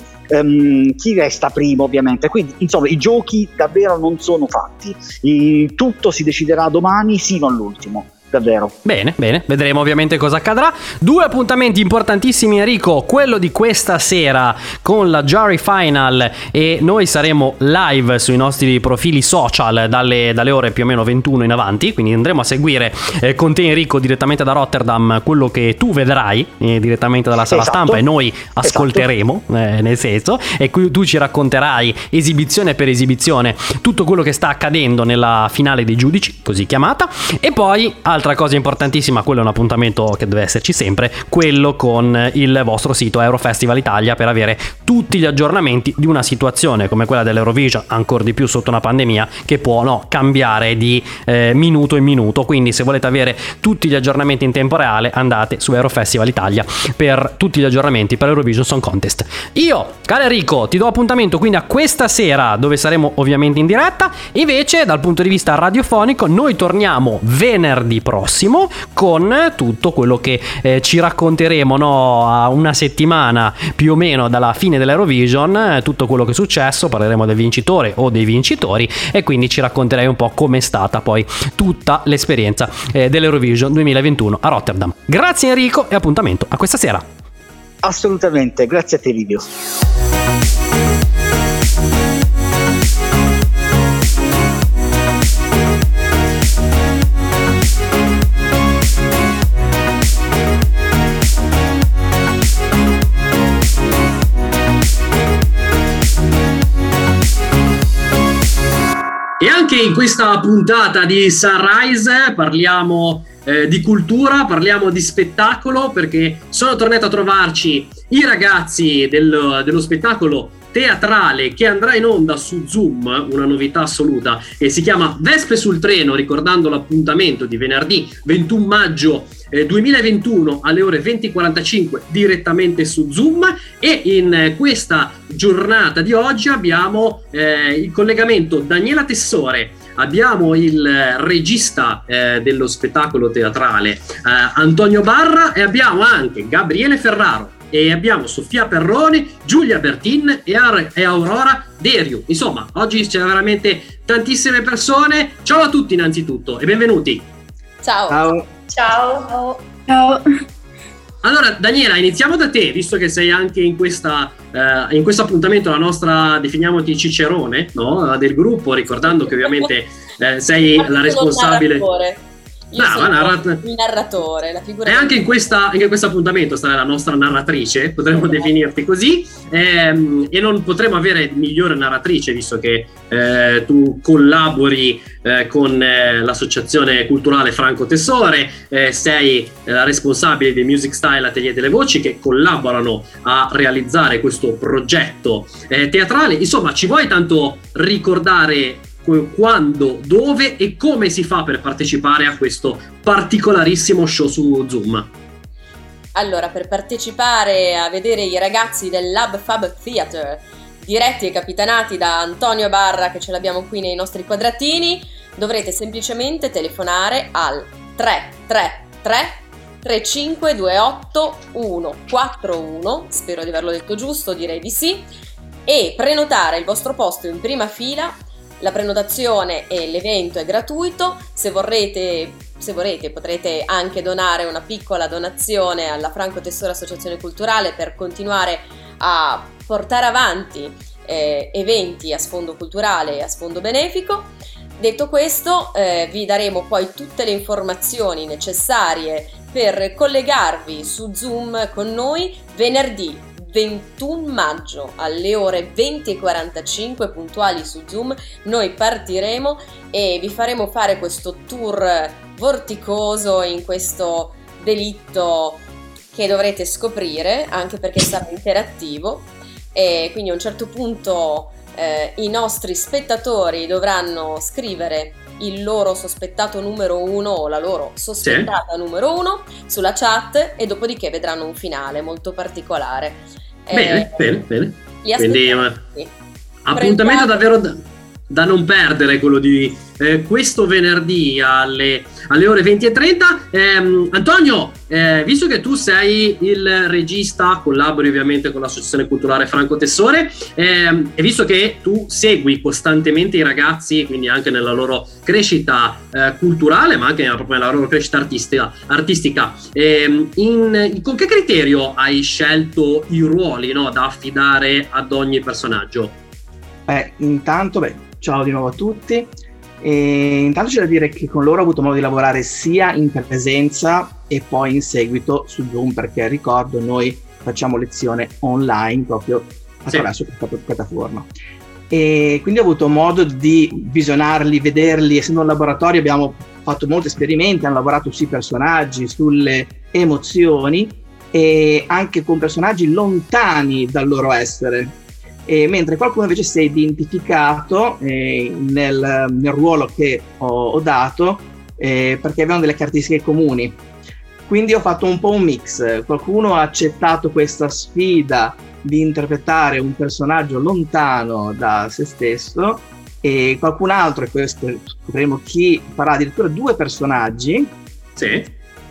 resta primo, ovviamente. Quindi insomma i giochi davvero non sono fatti, tutto si deciderà domani sino all'ultimo. Davvero. Bene, vedremo ovviamente cosa accadrà. 2 appuntamenti importantissimi, Enrico, quello di questa sera con la Jury Final, e noi saremo live sui nostri profili social dalle ore più o meno 21 in avanti, quindi andremo a seguire con te, Enrico, direttamente da Rotterdam quello che tu vedrai direttamente dalla sala stampa, e noi ascolteremo, nel senso, e qui tu ci racconterai esibizione per esibizione tutto quello che sta accadendo nella finale dei giudici, così chiamata. E poi altra cosa importantissima, quello è un appuntamento che deve esserci sempre, quello con il vostro sito Eurofestival Italia, per avere tutti gli aggiornamenti di una situazione come quella dell'Eurovision, ancora di più sotto una pandemia che può cambiare di minuto in minuto. Quindi se volete avere tutti gli aggiornamenti in tempo reale, andate su Eurofestival Italia per tutti gli aggiornamenti per l'Eurovision Song Contest. Io, caro Enrico, ti do appuntamento quindi a questa sera, dove saremo ovviamente in diretta. Invece dal punto di vista radiofonico noi torniamo venerdì prossimo con tutto quello che ci racconteremo, no? A una settimana più o meno dalla fine dell'Eurovision, tutto quello che è successo, parleremo del vincitore o dei vincitori, e quindi ci racconterai un po' com'è stata poi tutta l'esperienza dell'Eurovision 2021 a Rotterdam. Grazie Enrico e appuntamento a questa sera. Assolutamente, grazie a te Livio. E anche in questa puntata di Sunrise parliamo di cultura, parliamo di spettacolo, perché sono tornato a trovarci i ragazzi dello spettacolo teatrale che andrà in onda su Zoom, una novità assoluta, e si chiama Vespe sul treno, ricordando l'appuntamento di venerdì 21 maggio 2021 alle ore 20:45 direttamente su Zoom. E in questa giornata di oggi abbiamo il collegamento Daniela Tessore, abbiamo il regista dello spettacolo teatrale Antonio Barra, e abbiamo anche Gabriele Ferraro, e abbiamo Sofia Perrone, Giulia Bertin e Aurora Deriu. Insomma, oggi c'è veramente tantissime persone. Ciao a tutti innanzitutto e benvenuti. Ciao. Allora Daniela, iniziamo da te, visto che sei anche in questo appuntamento la nostra, definiamoti cicerone, no? Del gruppo, ricordando che ovviamente sei la responsabile. Il narratore, la figura. E anche in questo appuntamento sarà la nostra narratrice, potremmo definirti così, e non potremo avere migliore narratrice, visto che tu collabori con l'associazione culturale Franco Tessore, sei la responsabile dei Music Style Atelier delle Voci, che collaborano a realizzare questo progetto teatrale. Insomma, ci vuoi tanto ricordare quando, dove e come si fa per partecipare a questo particolarissimo show su Zoom? Allora, per partecipare a vedere i ragazzi del Lab Fab Theater, diretti e capitanati da Antonio Barra, che ce l'abbiamo qui nei nostri quadratini, dovrete semplicemente telefonare al 333 3528 141, spero di averlo detto giusto, direi di sì, e prenotare il vostro posto in prima fila. La prenotazione e l'evento è gratuito. Se vorrete potrete anche donare una piccola donazione alla Franco Tessore Associazione Culturale per continuare a portare avanti eventi a sfondo culturale e a sfondo benefico. Detto questo, vi daremo poi tutte le informazioni necessarie per collegarvi su Zoom con noi venerdì 21 maggio alle ore 20:45 puntuali su Zoom. Noi partiremo e vi faremo fare questo tour vorticoso in questo delitto che dovrete scoprire, anche perché sarà interattivo, e quindi a un certo punto i nostri spettatori dovranno scrivere il loro sospettato numero 1 o la loro sospettata numero 1 sulla chat, e dopodiché vedranno un finale molto particolare. Bene. Li aspettiamo. Appuntamento davvero da non perdere, quello di questo venerdì alle ore 20:30. Antonio, visto che tu sei il regista, collabori ovviamente con l'Associazione Culturale Franco Tessore, e visto che tu segui costantemente i ragazzi, quindi anche nella loro crescita culturale, ma anche proprio nella loro crescita artistica, con che criterio hai scelto i ruoli, no, da affidare ad ogni personaggio? Intanto, ciao di nuovo a tutti. Intanto c'è da dire che con loro ho avuto modo di lavorare sia in presenza e poi in seguito su Zoom, perché ricordo noi facciamo lezione online proprio attraverso questa piattaforma, e quindi ho avuto modo di visionarli, vederli. Essendo un laboratorio abbiamo fatto molti esperimenti, hanno lavorato sui personaggi, sulle emozioni, e anche con personaggi lontani dal loro essere. Mentre qualcuno invece si è identificato nel ruolo che ho dato, perché avevano delle caratteristiche comuni. Quindi ho fatto un po' un mix. Qualcuno ha accettato questa sfida di interpretare un personaggio lontano da se stesso, e qualcun altro, e questo scopriremo chi, farà addirittura 2 personaggi. Sì.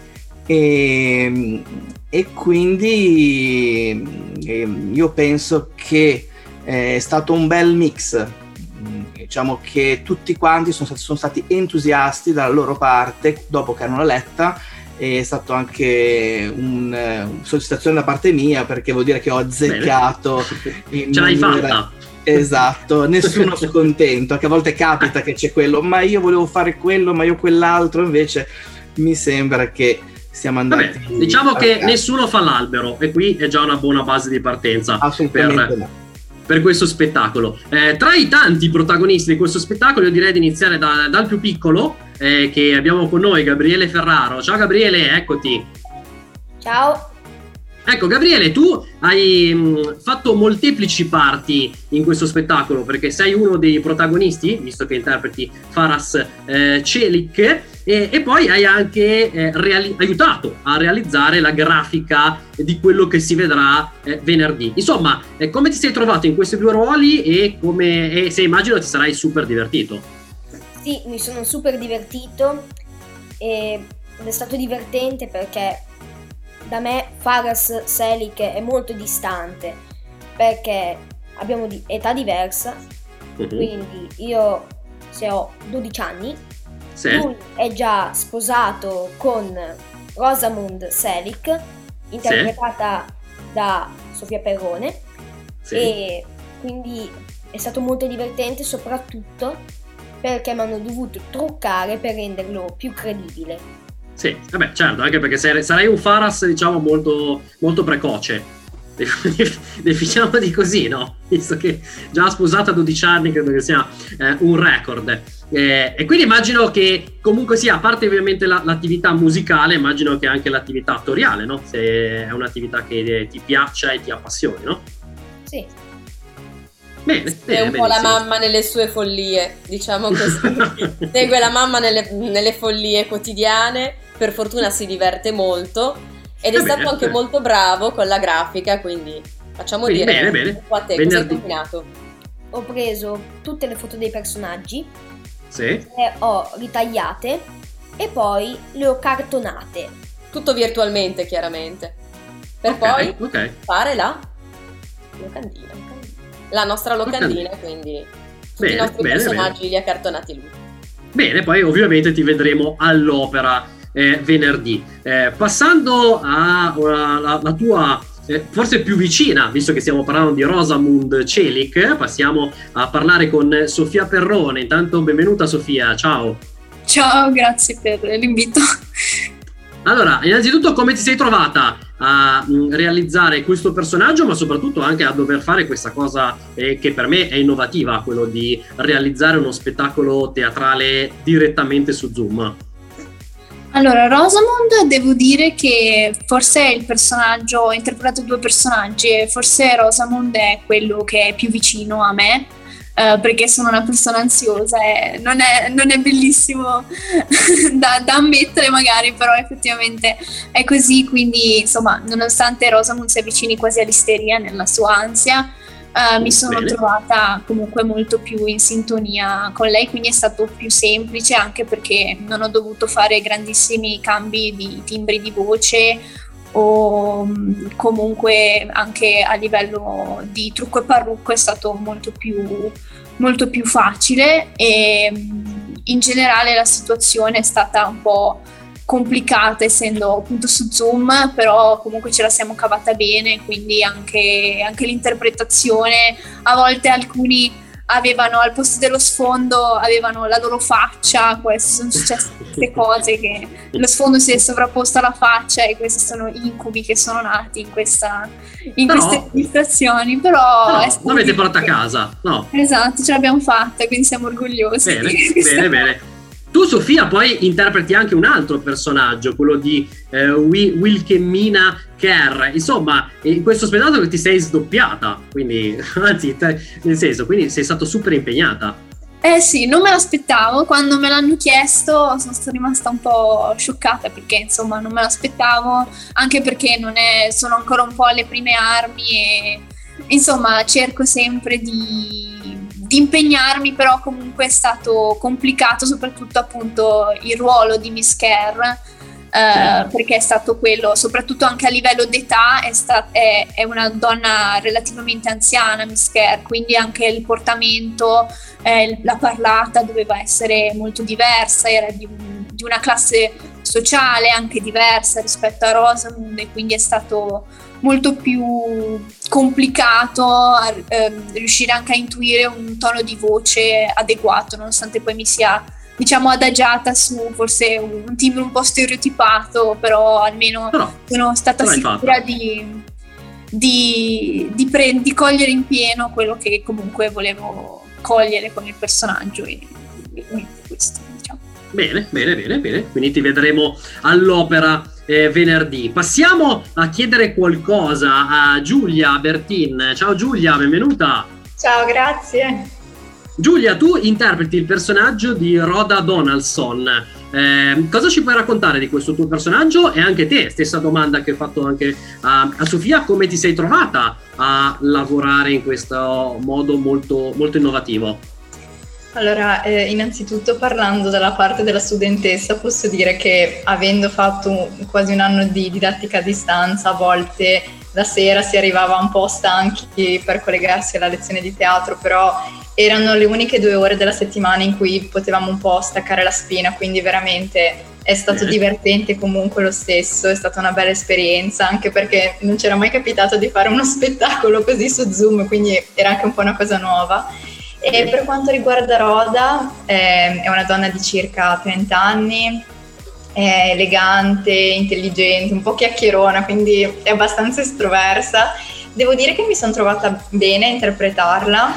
E quindi io penso che è stato un bel mix. Diciamo che tutti quanti sono stati entusiasti dalla loro parte dopo che hanno letta. È stato anche una soddisfazione da parte mia, perché vuol dire che ho azzeccato. Ce l'hai fatta. Esatto, nessuno scontento, che a volte capita che c'è quello, ma io volevo fare quello, ma io quell'altro. Invece mi sembra che siamo andati. Diciamo che nessuno fa l'albero, e qui è già una buona base di partenza. Assolutamente per questo spettacolo. Tra i tanti protagonisti di questo spettacolo, io direi di iniziare dal più piccolo, che abbiamo con noi, Gabriele Ferraro. Ciao Gabriele, eccoti. Ciao. Ecco Gabriele, tu hai fatto molteplici parti in questo spettacolo, perché sei uno dei protagonisti, visto che interpreti Faras Celik, e poi hai anche aiutato a realizzare la grafica di quello che si vedrà venerdì. Insomma, come ti sei trovato in questi 2 ruoli, e se immagino ti sarai super divertito? Sì, mi sono super divertito, ed è stato divertente perché da me Faras Celik è molto distante, perché abbiamo età diversa. Quindi io ho 12 anni, lui è già sposato con Rosamund Celik, interpretata da Sofia Perrone, e quindi è stato molto divertente, soprattutto perché mi hanno dovuto truccare per renderlo più credibile. Sì, vabbè, certo, anche perché sarai un Faras, diciamo, molto, molto precoce, definiamo di così, no? Visto che già sposata a 12 anni credo che sia un record. E quindi immagino che comunque sia, a parte ovviamente l'attività musicale, immagino che anche l'attività attoriale, no? Se è un'attività che ti piaccia e ti appassioni, no? Sì. Bene, è un po' la mamma nelle sue follie, diciamo così. Segue la mamma nelle follie quotidiane. Per fortuna si diverte molto, ed è stato anche molto bravo con la grafica, quindi facciamo dire bene. A te cosa hai combinato? Ho preso tutte le foto dei personaggi, le ho ritagliate e poi le ho cartonate. Tutto virtualmente, chiaramente, per poi fare la locandina. La nostra locandina, quindi tutti i nostri personaggi li ha cartonati lui. Bene, poi ovviamente ti vedremo all'opera venerdì. Passando alla tua forse più vicina, visto che stiamo parlando di Rosamund Celik, passiamo a parlare con Sofia Perrone. Intanto benvenuta Sofia, ciao. Ciao, grazie per l'invito. Allora, innanzitutto come ti sei trovata a realizzare questo personaggio, ma soprattutto anche a dover fare questa cosa che per me è innovativa, quello di realizzare uno spettacolo teatrale direttamente su Zoom? Allora, Rosamund, devo dire che forse è il personaggio, ho interpretato 2 personaggi e forse Rosamund è quello che è più vicino a me, perché sono una persona ansiosa e non è bellissimo da ammettere magari, però effettivamente è così, quindi insomma, nonostante Rosamund si avvicini quasi all'isteria nella sua ansia, mi sono trovata comunque molto più in sintonia con lei, quindi è stato più semplice, anche perché non ho dovuto fare grandissimi cambi di timbri di voce o comunque anche a livello di trucco e parrucco è stato molto più facile, e in generale la situazione è stata un po' complicata essendo appunto su Zoom, però comunque ce la siamo cavata bene, quindi anche l'interpretazione, a volte alcuni avevano al posto dello sfondo avevano la loro faccia, sono successe queste cose che lo sfondo si è sovrapposto alla faccia, e questi sono incubi che sono nati in queste illustrazioni, però l'avete portata a casa, no? Esatto, ce l'abbiamo fatta, quindi siamo orgogliosi. Bene. Tu, Sofia, poi interpreti anche un altro personaggio, quello di Wilhelmina Kerr. Insomma, in questo spettacolo ti sei sdoppiata, quindi anzi, nel senso, quindi sei stata super impegnata. Sì, non me l'aspettavo. Quando me l'hanno chiesto sono rimasta un po' scioccata, perché insomma non me l'aspettavo, anche perché sono ancora un po' alle prime armi e insomma cerco sempre di impegnarmi, però comunque è stato complicato, soprattutto appunto il ruolo di Miss Kerr, perché è stato quello, soprattutto anche a livello d'età, è una donna relativamente anziana, Miss Kerr, quindi anche il portamento, la parlata doveva essere molto diversa, era di una classe sociale anche diversa rispetto a Rosamund, e quindi è stato molto più complicato riuscire anche a intuire un tono di voce adeguato, nonostante poi mi sia, diciamo, adagiata su forse un timbro un po' stereotipato, però almeno sono stata sicura di cogliere in pieno quello che comunque volevo cogliere con il personaggio, e questo, diciamo. Bene, quindi ti vedremo all'opera venerdì. Passiamo a chiedere qualcosa a Giulia Bertin. Ciao Giulia, benvenuta. Ciao, grazie. Giulia, tu interpreti il personaggio di Rhoda Donaldson. Cosa ci puoi raccontare di questo tuo personaggio? E anche te, stessa domanda che ho fatto anche a Sofia, come ti sei trovata a lavorare in questo modo molto, molto innovativo? Allora, innanzitutto parlando dalla parte della studentessa, posso dire che avendo fatto quasi un anno di didattica a distanza, a volte la sera si arrivava un po' stanchi per collegarsi alla lezione di teatro, però erano le uniche 2 ore della settimana in cui potevamo un po' staccare la spina, quindi veramente è stato divertente comunque lo stesso, è stata una bella esperienza, anche perché non c'era mai capitato di fare uno spettacolo così su Zoom, quindi era anche un po' una cosa nuova. E per quanto riguarda Rhoda, è una donna di circa 30 anni, è elegante, intelligente, un po' chiacchierona, quindi è abbastanza estroversa. Devo dire che mi sono trovata bene a interpretarla,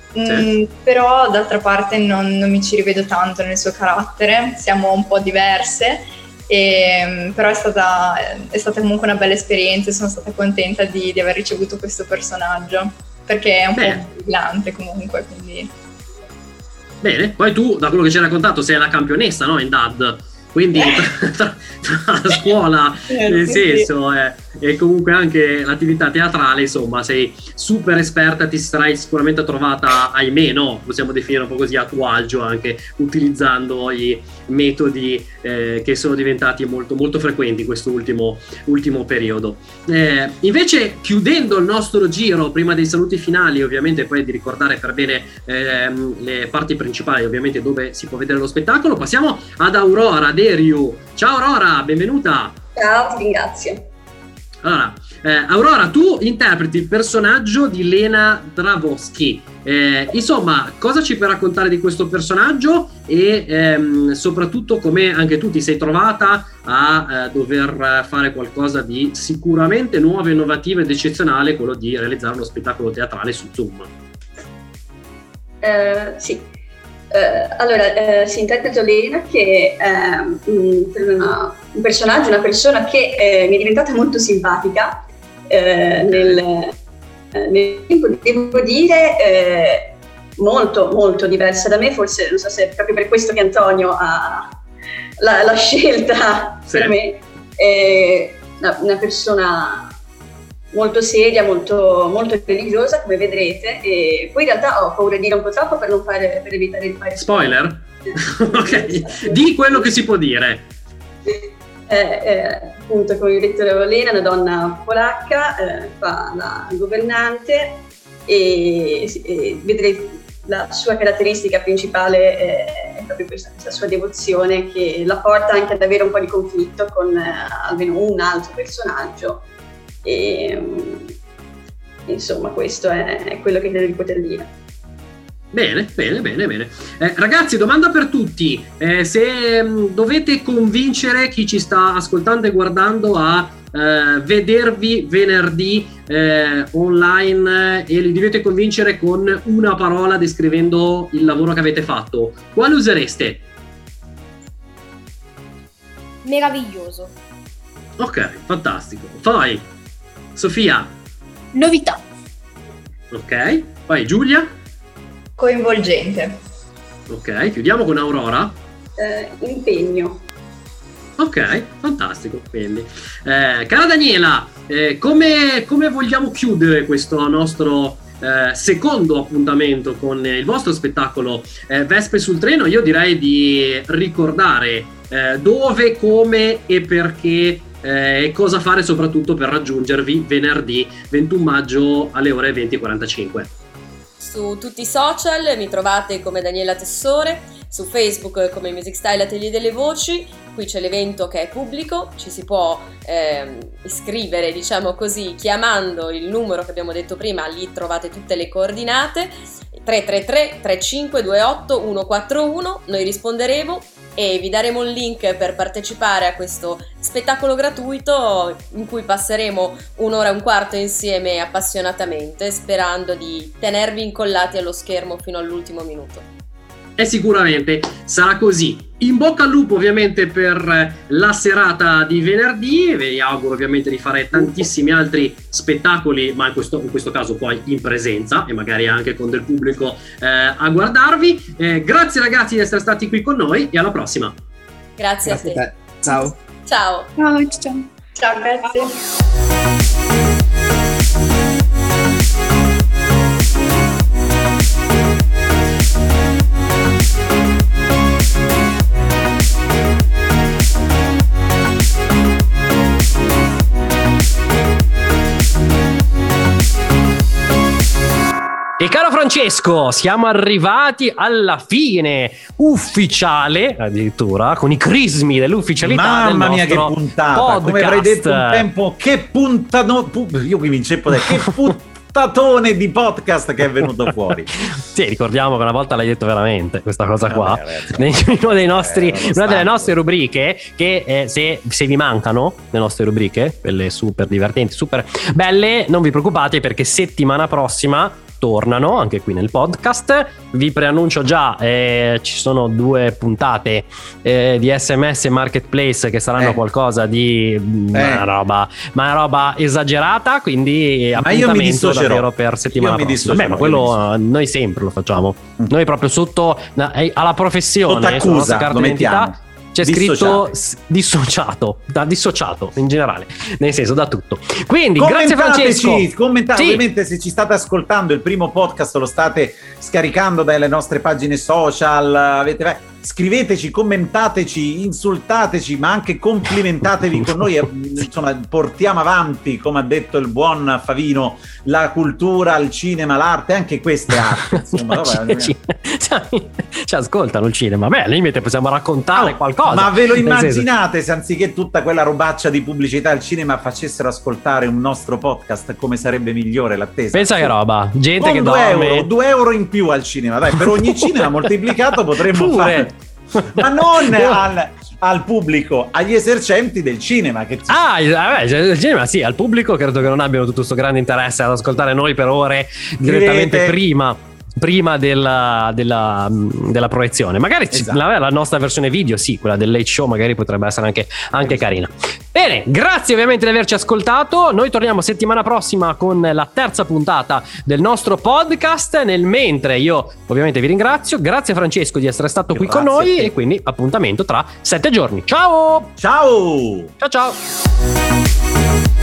però d'altra parte non mi ci rivedo tanto nel suo carattere, siamo un po' diverse, però è stata comunque una bella esperienza e sono stata contenta di aver ricevuto questo personaggio, perché è un po' brillante comunque, quindi. Bene, poi tu, da quello che ci hai raccontato, sei la campionessa, no? In DAD, quindi tra la scuola, nel senso, e comunque anche l'attività teatrale, insomma, sei super esperta, ti sarai sicuramente trovata, ahimè, no? Possiamo definire un po' così, a tuo agio, anche utilizzando i metodi che sono diventati molto, molto frequenti in questo ultimo periodo. Invece, chiudendo il nostro giro, prima dei saluti finali, ovviamente, poi di ricordare per bene le parti principali, ovviamente, dove si può vedere lo spettacolo, passiamo ad Aurora Deriu. Ciao Aurora, benvenuta. Ciao, ti ringrazio. Allora, Aurora, tu interpreti il personaggio di Lena Dravosky. Insomma, cosa ci puoi raccontare di questo personaggio e soprattutto come anche tu ti sei trovata a dover fare qualcosa di sicuramente nuovo, innovativo ed eccezionale, quello di realizzare uno spettacolo teatrale su Zoom? Sì. Allora, si interpreta Lena, che è un personaggio, una persona che mi è diventata molto simpatica nel tempo, devo dire, molto molto diversa da me, forse non so se è proprio per questo che Antonio ha la scelta per me. Una persona molto seria, molto, molto religiosa, come vedrete, e poi in realtà ho paura di dire un po' troppo per evitare di fare spoiler. Ok, di quello che si può dire. Appunto, come vi ho detto, Lena è una donna polacca, fa la governante e vedrete la sua caratteristica principale è proprio questa sua devozione, che la porta anche ad avere un po' di conflitto con almeno un altro personaggio. E insomma, questo è quello che credo di poter dire. Bene. Ragazzi, domanda per tutti: se dovete convincere chi ci sta ascoltando e guardando a vedervi venerdì online e li dovete convincere con una parola descrivendo il lavoro che avete fatto, quale usereste? Meraviglioso. Ok, fantastico. Poi Sofia? Novità. Ok, poi Giulia? Coinvolgente. Ok, chiudiamo con Aurora. Impegno. Ok, fantastico. Quindi, cara Daniela, come vogliamo chiudere questo nostro secondo appuntamento con il vostro spettacolo Vespe sul treno? Io direi di ricordare dove, come e perché e cosa fare soprattutto per raggiungervi venerdì 21 maggio alle ore 20:45. Su tutti i social mi trovate come Daniela Tessore, su Facebook come Music Style Atelier delle Voci. Qui c'è l'evento che è pubblico, ci si può iscrivere, diciamo così, chiamando il numero che abbiamo detto prima, lì trovate tutte le coordinate, 333 3528 141, noi risponderemo e vi daremo il link per partecipare a questo spettacolo gratuito in cui passeremo 1 ora e un quarto insieme appassionatamente, sperando di tenervi incollati allo schermo fino all'ultimo minuto. E sicuramente sarà così. In bocca al lupo ovviamente per la serata di venerdì, vi auguro ovviamente di fare tantissimi altri spettacoli, ma in questo caso poi in presenza e magari anche con del pubblico a guardarvi. Grazie ragazzi di essere stati qui con noi e alla prossima. Grazie a te. Ciao. Ciao. Ciao, grazie. E caro Francesco, siamo arrivati alla fine ufficiale, addirittura, con i crismi dell'ufficialità. Mamma mia, che puntata! Podcast. Come avrei detto un tempo, che puntano... Io qui mi inceppo che puntatone di podcast che è venuto fuori. Sì, ricordiamo che una volta l'hai detto veramente questa cosa qua. Una delle nostre rubriche che se vi mancano le nostre rubriche, quelle super divertenti, super belle, non vi preoccupate perché settimana prossima tornano anche qui nel podcast. Vi preannuncio già, ci sono 2 puntate di SMS Marketplace che saranno qualcosa di una roba esagerata, quindi appuntamento davvero per settimana prossima. Beh, ma quello noi sempre lo facciamo, noi proprio sotto alla professione, sulla nostra carta d'identità c'è scritto dissociato in generale, nel senso da tutto. Quindi grazie Francesco. Commentate, ovviamente se ci state ascoltando il primo podcast lo state scaricando dalle nostre pagine social, scriveteci, commentateci, insultateci, ma anche complimentatevi con noi. Insomma, portiamo avanti, come ha detto il buon Favino, la cultura, il cinema, l'arte, anche queste arte. Insomma, sì, ci ascoltano il cinema. Beh, al limite possiamo raccontare qualcosa. Ma ve lo immaginate se anziché tutta quella robaccia di pubblicità al cinema facessero ascoltare un nostro podcast, come sarebbe migliore l'attesa? Pensa che roba, gente con che 2 dorme. euro, 2 euro in più al cinema, dai, per ogni cinema moltiplicato potremmo fare, ma non al pubblico, agli esercenti del cinema. Il cinema sì, al pubblico credo che non abbiano tutto questo grande interesse ad ascoltare noi per ore direttamente prima della proiezione. Magari la nostra versione video, sì, quella del Late Show magari potrebbe essere anche carina. Bene, grazie ovviamente di averci ascoltato. Noi torniamo settimana prossima con la terza puntata del nostro podcast. Nel mentre io ovviamente vi ringrazio. Grazie a Francesco di essere stato qui con noi e quindi appuntamento tra 7 giorni. Ciao! Ciao! Ciao ciao!